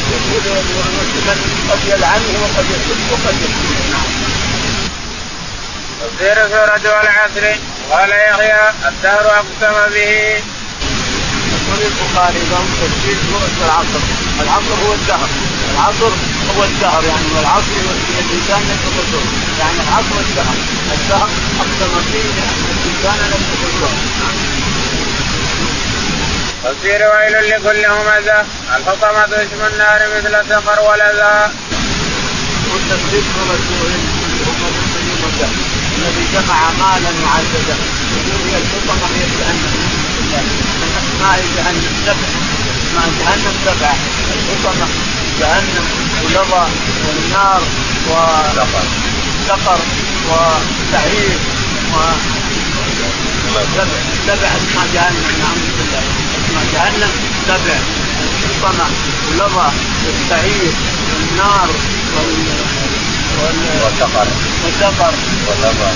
قد يلعنه وقد يسب وقد يسب. تفسير سورة والعصر. قال يحيى الدهر أقسم به. يقول البخاري تفسير سورة العصر. العصر هو الدهر. العصر هو الدهر يعني والعصر الإنسان يتقدر يعني العصر الدهر أقسم به لأن الإنسان لم يتقدر. تفسير ويل لكل همزة. الحطمة اسم النار مثل سقر ولذا. وتفسير سورة جمع مالا معددا. هي الحطمة هي جهنم، من أسماء جهنم 7، أسماء جهنم 7: الحطمة جهنم ولظى والنار وسقر وسعير 7 أسماء جهنم. نعوذ بالله. أسماء جهنم 7: الحطمة ولظى والسعير والنار وسقر ولظى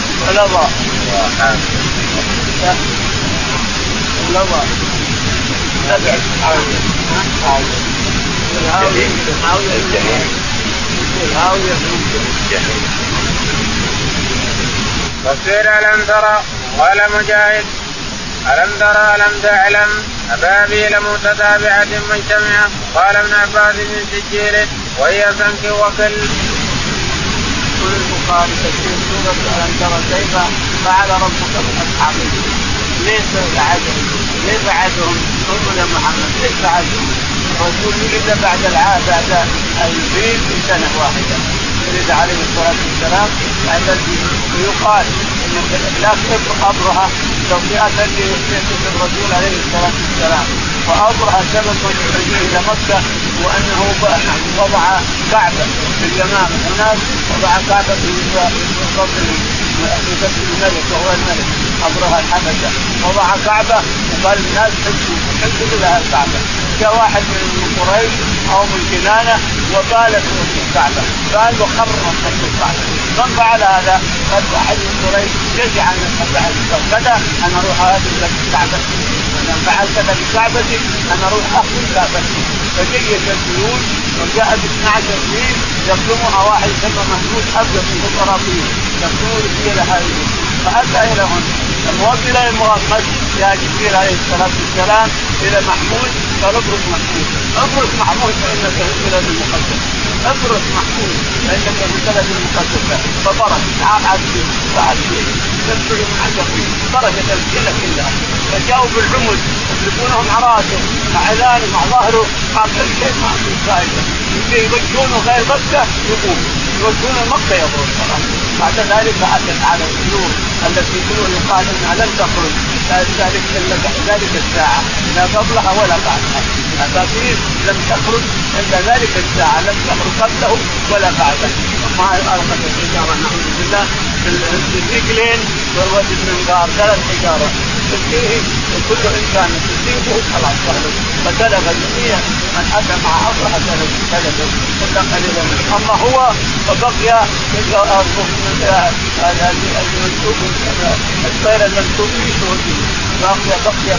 تفسير ألم ترى. قال مجاهد: ألم ترى ألم تعلم أبابيل متتابعة مجتمعة. قال ابن عباس: من سجيل وهي سنك وكل. يقول البخاري تفسير سورة ألم ترى كيف فعل ربك بأصحاب الفيل. ليس بعدهم قل يا محمد ليس بعدهم الرسول إلا بعد الفيل بسنة واحدة يريد عليه الصلاة والسلام بعد الفيل. ويقال إن الإخلاق أبرهة توفيئة للرسول عليه الصلاة والسلام. وأبرهة سبب رجوعه إلى مكة وأنه وضع كعبة في اليمامة. هناك وضع كعبة في قبر الملك وهو الملك أبرهة الحبشة. وضع كعبة وقال الناس حجوا لها الكعبة. جاء واحد من قريش أو من كنانة وقال في الكعبة قال وخرم الكعبة. من فعل هذا؟ قال واحد من قريش يجعل أن أفعل كذا أنا أروح هذه الكعبة، أنا فعل كذا بكعبتي أنا أروح أخذ كعبتي. فجيت الجيوش وجاء ب12 فيل يقدمها واحد يسمى محمود أبيض من الطرابين يقول فيه هذه. فأتى إلى هنا الموصل إلى المغمد يا جبريل عليه الصلاة والسلام إلى محمود قال ابرك محمود فإنك في البلد المقدس. ابرك محمود فإنك في البلد المقدس. فبرك عاد فيه تبرك من عجبه بركة الجنة كلها. فجاءوا بالعمد يضربونهم عراسه مع عينانه مع ظهره قبل الشيء ما في فائدة. يوجهونه غير مكة يوجهون مكة يبرون الصلاة. بعد ذلك أتت على الطيور التي يقال أنها لن تخرج ذلك الساعة لا قبلها ولا بعدها. الأبابيل لم تخرج إلا ذلك الساعة لم تخرج قبله ولا بعده. ما ألقت الحجارة نعوذ بالله في الرجلين والوجه من غار 3 حجارة تسقيه وكل إنسان تسقيه خلاص فتلغ الجميع من أتى مع أصلها تلغ كل قليلا. أما هو فبقي الطير المنسوب في سعودي بقي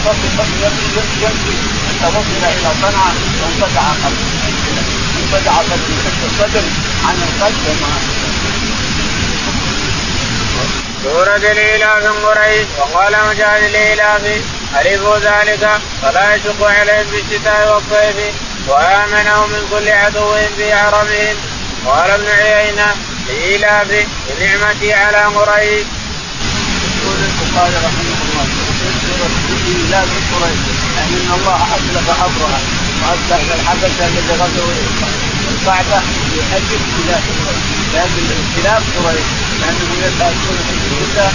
توصل إلى صنعاء وانقطع قلبه الصدر عن القلب وما سورة الإيلاف قريش. وقال مجاهد الإيلاف ألفوا ذلك فلا يشق عليهم بالشتاء والصيف وآمنهم من كل عدو في حرمهم. قال ابن عيينة الإيلاف بنعمتي على قريش. يقول البخاري رحمه الله سورة الإيلاف قريش يعني أن الله أسلف أبرهة وأسلف الحبشة الذي غزوا الكعبة لأجل إيلاف قريش لأجل اختلاف قريش لأنهم يتأكلون في الشتاء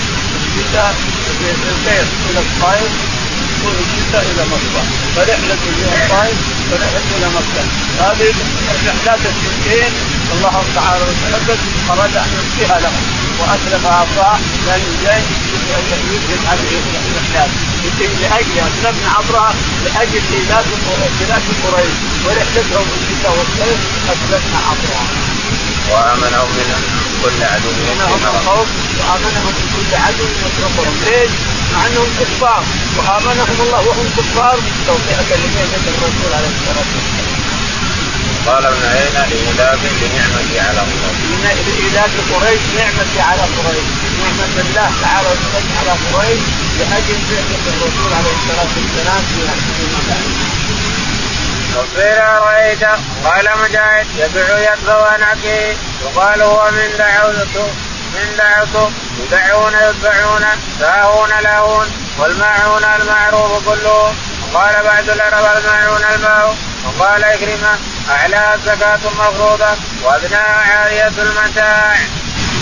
الخير إلى الطائف والشتاء إلى مكة. فرحلة إلى الطائف ورحلة إلى مكة هذه الرحلات السنتين الله تعالى وتعالى أراد أن يبقيها لهم وأسلف أبرهة لأن جاي يجب عليه الرحلات لأجل أسلفنا أبرهة لأجل إيلاف قريش ورحلتهم في الشتاء والصيف أسلفنا أبرهة. وآمنهم من كل عدو وآمنهم من كل عدو يطلقهم. ليش؟ مع أنهم كفار وآمنهم الله وهم كفار توفيق لمن الرسول عليه الصلاة والسلام. قال ابن عيينة لإيلاف بنعمتي على قريش. لإيلاف قريش نعمتي على قريش نعمة الله تعالى وسلم على قريش لأجل بعثة الرسول عليه الصلاة والسلام في مكة. وقيل رأيت قال مجاهد يدعو يدعو عنك يقال هو من دعوت يدعون يتبعون ساهون لاهون والماعون المعروف كله. وقال بعد العرب الماعون الماء. وقال إكرمة أعلى الزكاة المفروضة وأدناها عارية المتاع.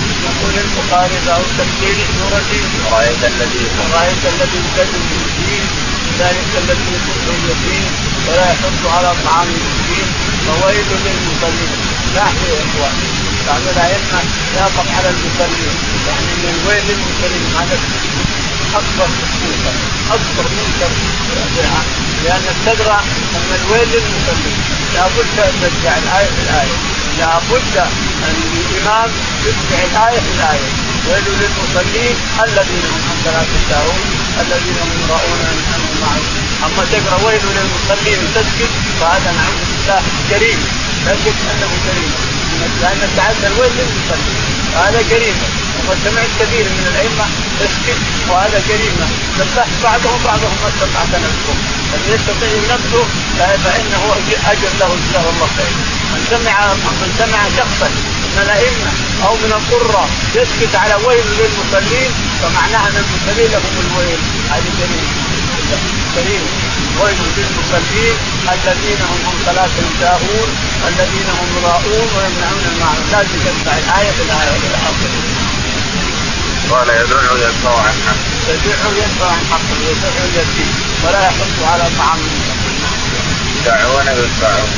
للبخاري باب تفسير سورة رأيت الذي يكذب بالدين ذلك الذي يكفر اليتيم ولا يحض على طعام المسكين فويل للمصلين. نحن يا اخوان بعض الائمه يقف على المصلين يعني من الويل للمصلين هذا اكبر منكر لان تدرى ان الويل للمصلين لابد ان تتبع الايه في الايه لابد ان الامام يتبع الايه في الايه. ويل للمصلين الذين هم عن صلاتهم ساهون الذين هم يراءون انهم معهم. اما تقرا ويل للمصلين وتسكت فهذا نعوذ بالله كريم لا شك انه كريم لان تعدى الويل للمصلين هذا كريم. وقد سمعت كثير من الائمه تسكت وهذا كريمه سبح بعضهم ما استطعت نفسه فمن يستطيع نفسه فانه اجر له ان شاء الله خير. من سمع شخصا من الائمه او من القراء يسكت على ويل للمصلين فمعناها ان المصلين لهم الويل. هذه كريم ويل للمصلين الذين هم عن صلاتهم ساهون الذين هم يراءون ويمنعون الماعون. لازم تتبع الايه في الايه الى اخره. قال يدعو يدفع عن حقه ويدعو اليتيم ولا يحض على طعام المسكين. يدعون يدفعون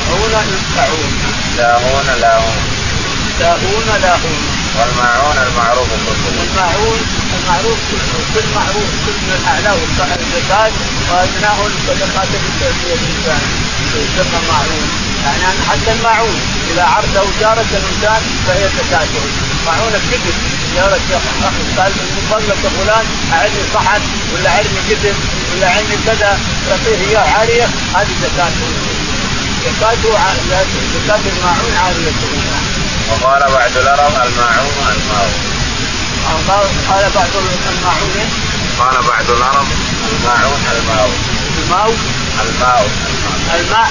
لاهون والماعون المعروف كل معروف كل من الاعلى والزكاه وادناه الصدقات الانسان يسمى معروف. يعني حتى الماعون اذا عرضه جارة الانسان فهي زكاته. معون الكتب جارة قال المطلق فلان اعرني صحن ولا اعرني كتب ولا اعرني كذا يعطيه اياه عاريه هذه زكاته. زكاة الماعون عارية. وقال بعد العرب الماعون الماء. قال بعد العرب الماعون الماء.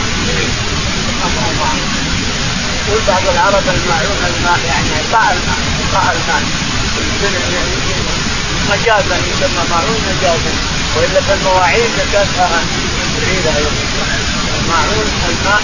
قل بعض العرب الماعون الماء يعني قاع الماء مجازا يسمى معون مجازا والا فالمواعيد زكاتها بعيدة. الماعون الماء.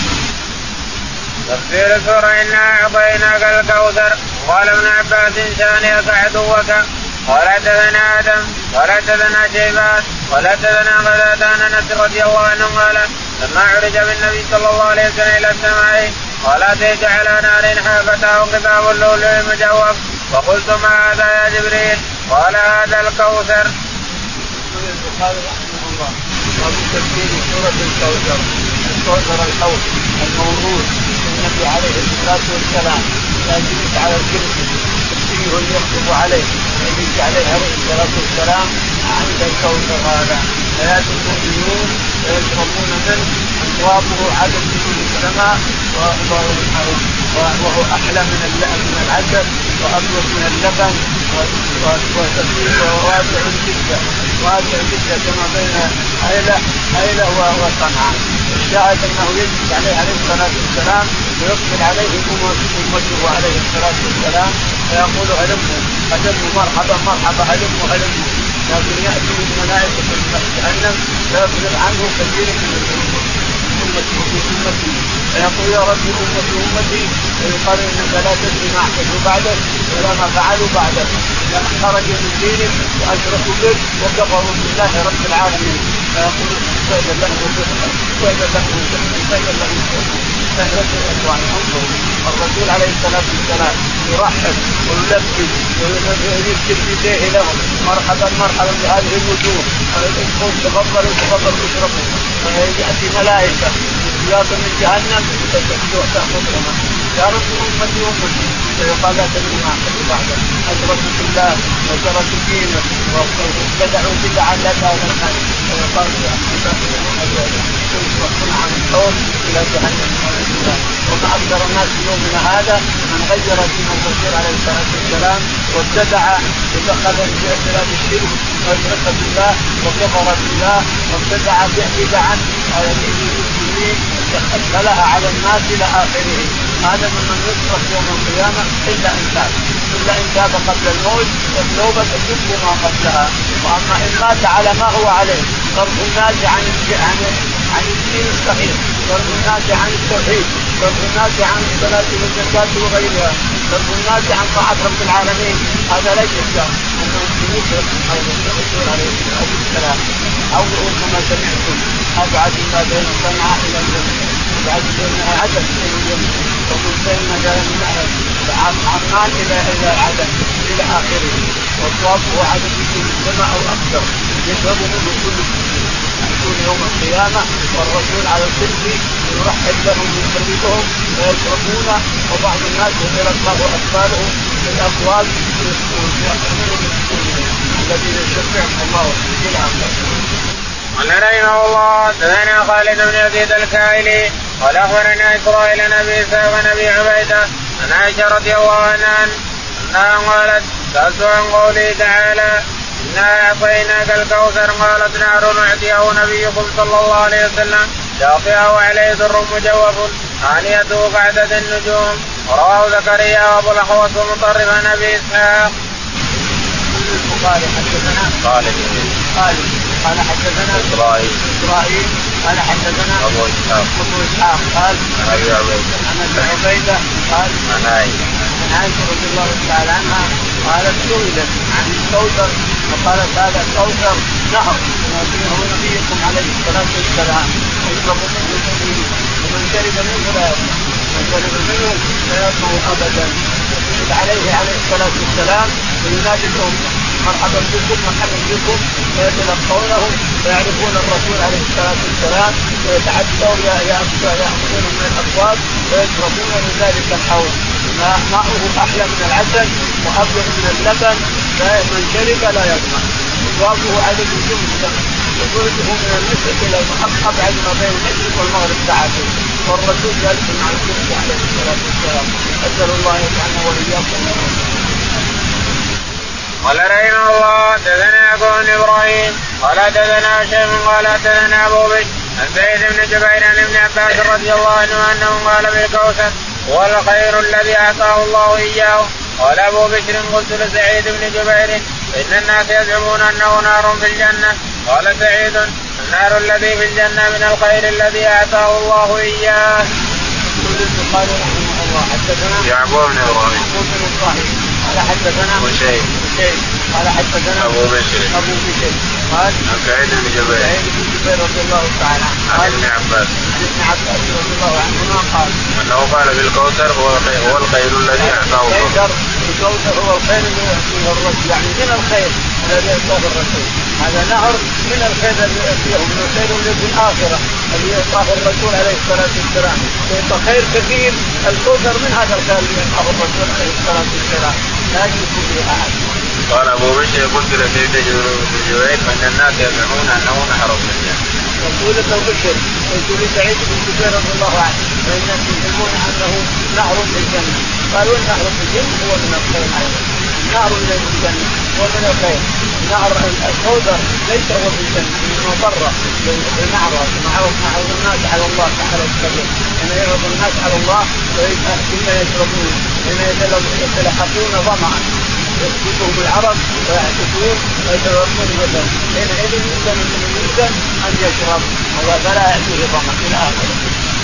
تفسير سورة إنا أعطيناك الكوثر. قال ابن عباس ثانية عدوك. قال حدثنا آدم قال حدثنا شيبان قال حدثنا قتادة أنس رضي الله عنه قال لما عرج بالنبي صلى الله عليه وسلم إلى السماء قال أتيت على نار حافتاه قباب اللؤلؤ المجوف وقلت ما هذا يا جبريل؟ قال هذا الكوثر. البخاري رحمه الله باب تفسير سورة الكوثر. الحوض الموجود النبي عليه الصلاة والسلام لا يجلس على الكرسي يكفيه يخطب عليه يجلس عليه الصلاة والسلام عند الكوثر هذا فيأتي المؤمنون ويشربون منه أبوابه عدد من السماء وهو أحلى من العسل وأبيض من اللبن واسع جدا كما بين أيلة وصنعاء. الشاهد أنه يجلس عليه الصلاة والسلام ويقبل عليه أمته عليه الصلاة والسلام فيقول هلموا مرحبا هلموا لكن يأتي الملائكة من جهنم فيصرف عنه كثير من أمتي فيقول يا رب أمتي ويقال إنك لا تدري ما أحدثوا بعدك ولا ما فعلوا بعدك لأن خرج من دينك وأشركوا بك وكفروا بالله رب العالمين فيقول فإذا الرسول عليه الصلاة والسلام يرحب ويلبي ويذكر بيديه لهم مرحبا بهذه الوجوه تفضلوا واشربوا. فيأتي ملائكة سياق من جهنم تأخذهم يا رب أمتي فيقال لا تدري ما أحدثوا بعدك أشركوا بالله وتركوا دينك وابتدعوا بدعا لا تعلم فيقال عن الحوض إلى جهنم. وما أكثر الناس في يومنا هذا من غير دين الرسول عليه الصلاة والسلام وابتدع ودخل في اعتراف الشرك واشرك بالله وكفر بالله وابتدع بدعا على دين المسلمين دخلها على الناس إلى آخره. هذا ممن يصرف يوم القيامة إلا إن تاب قبل الموت والتوبة تجب ما قبلها. وأما إن مات على ما هو عليه صرف الناس عن الدين الصحيح صرف الناس عن التوحيد صرف الناس عن الصلاة والزكاة وغيرها، صرف الناس عن طاعة رب العالمين، هذا ليس الإسلام. أنه يشرك أو الرسول عليه الصلاة والسلام أو كما سمعتم أبعد ما بين صنعاء إلى الجنة، أبعد بينها عدد بين الجنة، ومن بين عمان إلى عدن إلى آخره، وصوابه عدد في السماء أو أكثر، يشرب منه كل يكون يوم القيامة والرسول على الكرسي يرحب لهم ويسلمهم ويشربون، وبعض الناس يتلقاه أطفالهم بالأبواب الذين يشفعهم الله في الآخرة. قال رحمه الله دثنا خالد بن يزيد الكائلي قال أخبرنا إسرائيل نبي إسحاق ونبي عبيدة عن عائشة رضي الله عنها أنها قالت سألت عن قوله تعالى إنا أعطيناك الكوثر قالت نار نعطيه نبيكم صلى الله عليه وسلم يعطيه عليه در مجوف آنيته كعدد النجوم. رواه زكريا وأبو الأحوص ومطرف عن أبي إسحاق. البخاري حدثنا خالد قال حدثنا إسرائيل قال حدثنا أبو إسحاق قال عن أبي عبيدة قال عن عائشة رضي الله تعالى عنها قالت سئلت عن الكوثر فقالت هذا الكوثر نهر يعطيه نبيكم عليه الصلاة والسلام يشرب منه النبي ومن شرب منه لا يظمأ، من شرب منه لا يظمأ أبدا. يشرب عليه الصلاة والسلام وينادي الأمة مرحبا بكم ويتلقونه ويعرفون الرسول عليه الصلاة والسلام ويتعدون يأخذون من الأبواب ويشربون من ذلك الحوض ماؤه أحلى من العسل وأبيض من اللبن، من شرب لا يظمأ. أبوابه عدد الجمل وبعده من المشرق إلى أبعد ما بين المشرق والمغرب ساعتين، والرسول جالس مع الكرسي عليه الصلاة والسلام. أسأل الله يجعلنا وإياكم. قال رحمه الله دثنا يعقوب بن إبراهيم قال دثنا هشام قال دثنا أبو بشر عن سعيد بن جبير عن ابن عباس رضي الله عنه أنه قال بالكوثر هو الخير الذي أعطاه الله إياه. قال أبو بشر قلت لسعيد بن جبير إن الناس يزعمون أنه نار في الجنة. قال سعيد النار الذي في الجنة من الخير الذي أعطاه الله إياه. قال رحمه الله حدثنا يعقوب بن إبراهيم قال حدثنا وشيء قال حدثنا أبو بشر قال عن سعيد بن جبير رضي الله تعالى عن ابن عباس رضي الله عنهما قال أنه قال بالكوثر هو الخير الذي أعطاه الله. الكوثر هو الخير الذي يعطيه الرسول، يعني من الخير الذي يعطاه الرسول. هذا نهر من الخير الذي يعطيه، من الخير الذي في الآخرة الذي يعطاه الرسول عليه الصلاة والسلام. يعطى خير كثير الكوثر من هذا الخير الذي يعطاه الرسول عليه الصلاة والسلام، لا يشرك به أحد. قال أبو بشر قلت لسعيد بن جبير فإن الناس يزعمون أنه نهر في الجنة. يقول ابن بشر يقول سعيد بن جبير رضي الله عنه فإن الناس يزعمون أنه نهر في الجنة. قالوا النهر في الجنة هو من الخير أيضا، نهر في الجنة هو من الخير. نهر الكوثر ليس هو في الجنة، إنه بره بمعرض معرض الناس على الله تعالى وتعالى، إن يعرض الناس على الله فيما يشربون فيما يتلحقون ظمأ يسبقهم العرب ويعتقون ويتوقفون مثلا حينئذ يمكن أن يشرب ولا يأتيه ظمأ إلى آخره.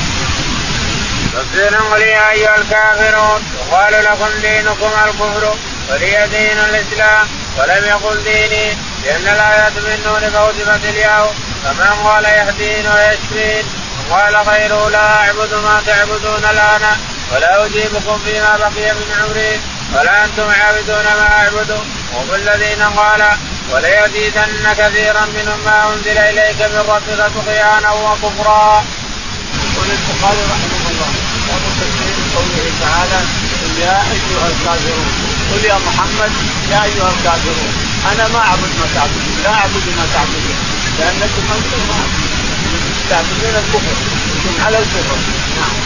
تفسير قل يا أيها الكافرون يقال لكم دينكم الكفر ولي دين الإسلام ولم يقل ديني لأن الآيات من نون فوزفت الياء فمن قال يهدين ويشفين وقال غيره لا أعبد ما تعبدون الآن ولا أجيبكم فيما بقي من عمري ولا أنتم عابدون ما أعبد. هم الذين قال وليزيدن كثيرا منهم ما أنزل إليك من ربك طغيانا وكفرا. يقول البخاري رحمه الله وتفسير قوله تعالى يا أيها الكافرون قل يا محمد يا أيها الكافرون أنا ما أعبد ما تعبدون لا أعبد ما تعبدون لأنكم أنتم تعبدون الكفر أنتم على الكفر. نعم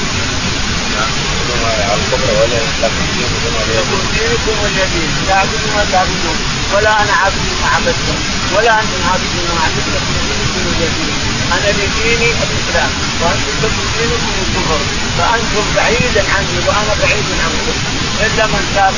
لكم دينكم واليدين تعبدون ما تعبدون ولا أنا عابد ما عبدتم ولا أنتم عابدون ما عبدتم دينكم واليدين. أنا لديني الإسلام وأنتم لكم دينكم الكفر فأنتم بعيدا عني وأنا بعيد عنكم إلا من تاب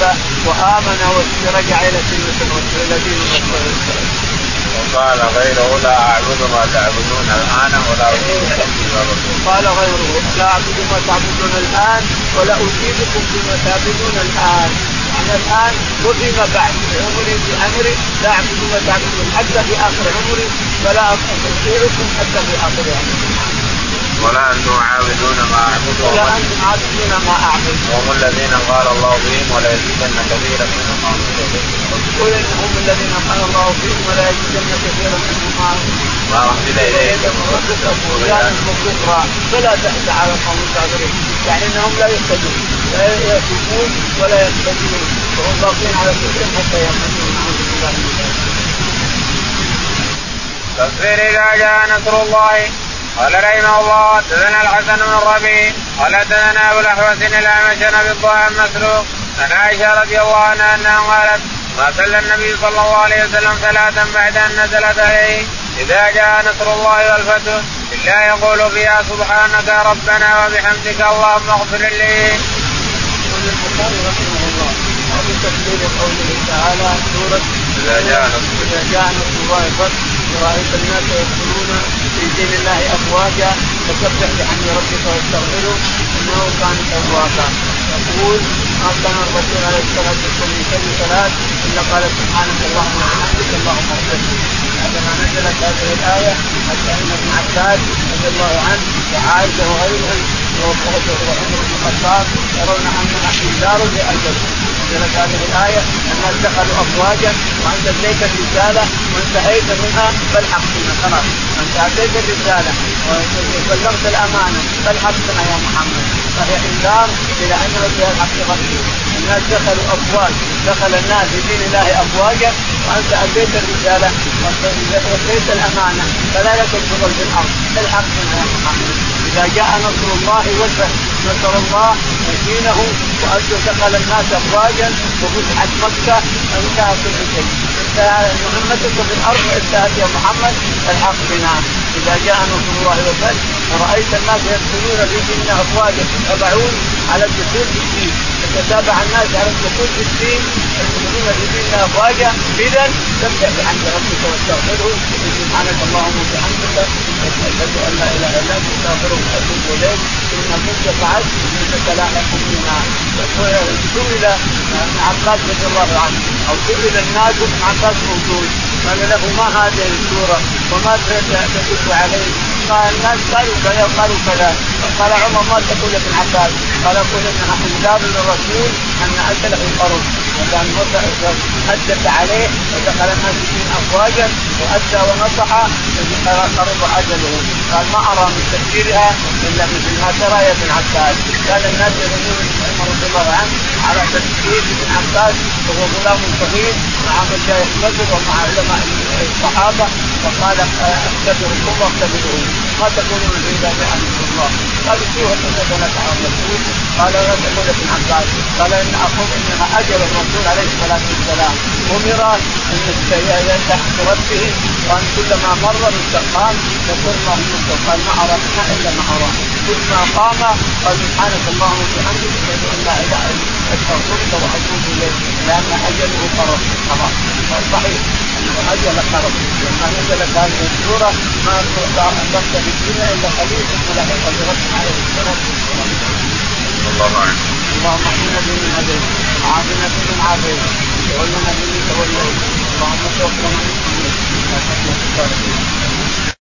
وآمن ورجع إلى سنة الرسول إلى دين الرسول. وقال غيره لا أعبد أعبد ما تعبدون الآن ولا أجيبكم فيما تطلبون. قال غيره لا أعبد ما تعبدون الآن ولا أجيبكم فيما تعبدون الآن. أنا الآن وفيما بعد في عمري في أمري لا أعبد ما تعبدون حتى في آخر عمري ولا أطيعكم حتى في آخر عمري. ولا أنتم عابدون ما أعبد ولا أنتم عابدون ما أعبد. وهم الذين قال الله فيهم ولا يزيدن كثيرا منهم ما قل إنهم الذين قال الله فيهم ولا يزيدن كثيرا منهم ما أنزل إليكم كفرا فلا تأس على القوم الكافرين. يعني أنهم لا يهتدون لا يهتدون ولا يهتدون وهم باقين على كفرهم حتى يموتون. تفسير إذا جاء نصر الله. قال رحمه الله حدثنا الحسن بن الربيع قال حدثنا أبو الأحوص الأعمش بالضاء مسروق عن عائشة رضي الله عنها أنها قالت ما صلى النبي صلى الله عليه وسلم صلاة بعد أن نزلت عليه إذا جاء نصر الله والفتح إلا يقول فيها سبحانك ربنا وبحمدك اللهم اغفر لي. يقول البخاري رحمه الله هذا تفسير قوله تعالى سورة إذا جاء نصر الله والفتح ورأيت الناس يدخلون في دين الله أفواجا فسبح بحمد ربك واستغفره إنه كان توابا. يقول ما كان الرسول عليه الصلاة والسلام من كل صلاة إلا قال سبحانك اللهم وبحمدك اللهم اغفر لي. عندما نزلت هذه الآية حتى أن ابن عباس رضي الله عنه وعائشة وغيرهم وعمر بن الخطاب يرون أنها إنذار لأجل. نزلت هذه الآية الناس دخلوا أفواجا وأنت أديت الرسالة وانتهيت منها فالحق بنا خلاص أنت أديت الرسالة وبلغت الأمانة فالحق بنا يا محمد. فهي إنذار إلى أنه فيها الحق غيره. الناس دخلوا أفواج دخل الناس في دين الله أفواجا وأنت أديت الرسالة وأديت الأمانة فلا لك الفضل في الأرض فالحق بنا يا محمد. إذا جاء نصر الله والفتح نصر الله دينه ودخل الناس أفواجا وفتحت مكة انتهى كل شيء. انتهى مهمتك في الأرض انتهت يا محمد الحق بنا. إذا جاء نصر الله والفتح ورأيت الناس يدخلون في دين أفواجا يتابعون على الدخول في الدين يتتابع الناس على الدخول في الدين يدخلون في دين أفواجا إذا سبح بحمد ربك واستغفره سبحانك اللهم وبحمدك أشهد أن لا إله إلا أنت أستغفرك وأتوب إليك إن كنت فعلت إنك لا تحكم بنا. سئل ابن عباس رضي الله عنه أو سئل الناس ابن عباس موجود قال له ما هذه السورة وما تدل عليه؟ قال الناس قالوا كذا. قال عمر ما تقول ابن عباس؟ قال قل إنها إنذار للرسول أن أجله قرب وكان أدت عليه ودخل الناس فيه أفواجا وأدى ونصح قرب أجله. قال ما أرى من تفسيرها إلا مثل ما ترى يا ابن عباس. كان الناس يظنون عمر رضي الله عنه على تفسير ابن عباس وهو غلام صغير مع مشايخ بدر ومع علماء الصحابة فقال اختبركم واختبروا ما تقولون إذا جاء نصر الله؟ قالوا فيه نزلت على الرسول. قال لا تقول ابن عباس قال إن أقول إنها أجل الرسول عليه الصلاة والسلام أمر أن يستحق ربه وأن كلما مر مستقام يقول اللهم استقام ما أرى إلا ما أرى كل ما قام قال سبحانك اللهم وبحمدك أشهد أن لا إله إلا أنت أستغفرك وأتوب إليك لأن أجله قرب. خلاص صحيح أنه أجل قرب. لما نزلت هذه السورة ما أنبت في الدنيا إلا قليل ملاحق بربنا عليه الصلاة والسلام. اللهم احفظنا بمن هديت وعافنا بمن عافيت وتولنا بمن توليت اللهم توفنا من